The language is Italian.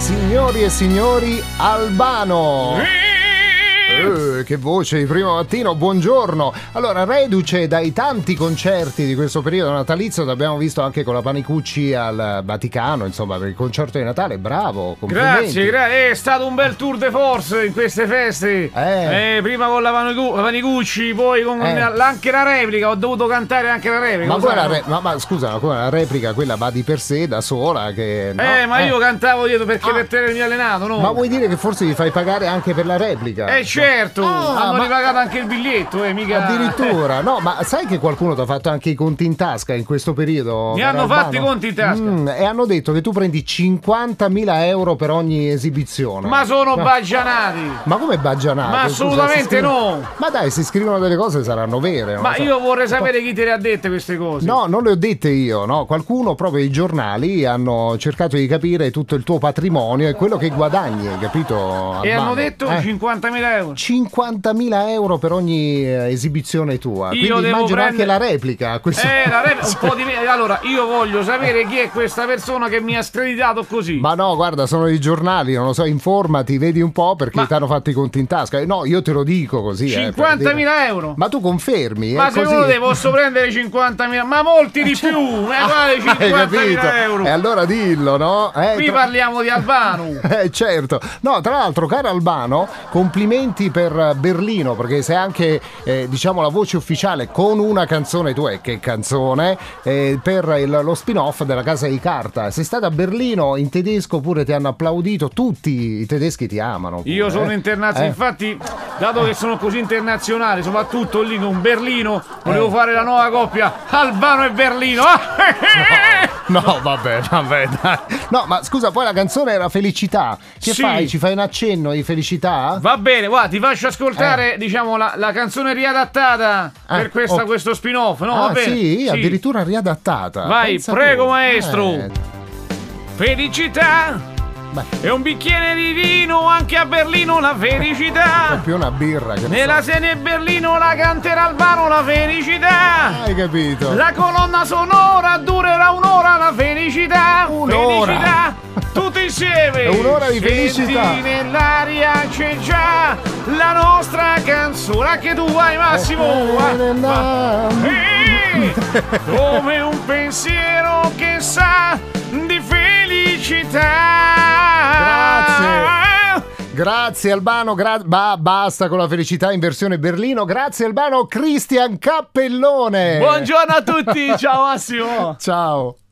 Signori e signori, Albano. Che voce di primo mattino, buongiorno. Allora, reduce dai tanti concerti di questo periodo natalizio, l'abbiamo visto anche con la Panicucci al Vaticano, insomma, per il concerto di Natale, bravo, complimenti. Grazie, è stato un bel tour de force in queste feste. Prima con la Panicucci, poi con anche la replica, ho dovuto cantare anche la replica. Ma scusa, la replica quella va di per sé da sola che, no? Ma io cantavo dietro perché per tenermi allenato, no? Ma vuoi dire che forse vi fai pagare anche per la replica? Certo, hanno ripagato anche il biglietto, mica. Addirittura, no, ma sai che qualcuno ti ha fatto anche i conti in tasca in questo periodo? Mi hanno fatto i conti in tasca. E hanno detto che tu prendi 50.000 euro per ogni esibizione. Ma sono baggianati. Ma come baggianati? Ma assolutamente no. Ma dai, se scrivono delle cose saranno vere. Ma io vorrei sapere chi te le ha dette queste cose. No, non le ho dette io, no. Qualcuno, proprio i giornali, hanno cercato di capire tutto il tuo patrimonio e quello che guadagni, hai capito? E hanno detto 50.000 euro. 50.000 euro per ogni esibizione tua. Io quindi immagino anche la replica. La replica un po' di allora io voglio sapere chi è questa persona che mi ha screditato così. Ma no, guarda, sono i giornali, non lo so, informati, vedi un po' perché ti hanno fatto i conti in tasca. No, io te lo dico così. 50.000 euro. Ma tu confermi? Ma secondo te posso prendere 50.000? Ma molti di più. Vale 50.000 euro. E allora dillo, no? Qui parliamo di Albano. Certo. No, tra l'altro, caro Albano, complimenti per Berlino, perché sei anche diciamo la voce ufficiale con una canzone tua, che canzone, per lo spin-off della Casa di Carta. Sei stata a Berlino in tedesco, pure ti hanno applaudito, tutti i tedeschi ti amano pure, io sono internazionale, infatti, dato che sono così internazionale, soprattutto lì con Berlino, volevo fare la nuova coppia Albano e Berlino. No, vabbè, dai. No, ma scusa, poi la canzone era Felicità. Che fai? Ci fai un accenno di felicità? Va bene, guarda, ti faccio ascoltare, diciamo, la canzone riadattata per questo spin-off, no? Va bene? Sì, addirittura riadattata. Vai, pensa prego, tu. maestro. Felicità. E un bicchiere di vino anche a Berlino, la felicità. È più una birra che nella Sene Berlino la canterà Albano, la felicità. Hai capito? La colonna sonora durerà un'ora, la felicità. Felicità, tutti insieme. È un'ora di felicità. Senti nell'aria c'è già la nostra canzone. Anche tu vai, Massimo. Come un pensiero che sa di felicità. Grazie Albano, basta con la felicità in versione Berlino. Grazie Albano. Cristian Cappellone. Buongiorno a tutti, ciao Massimo. Ciao.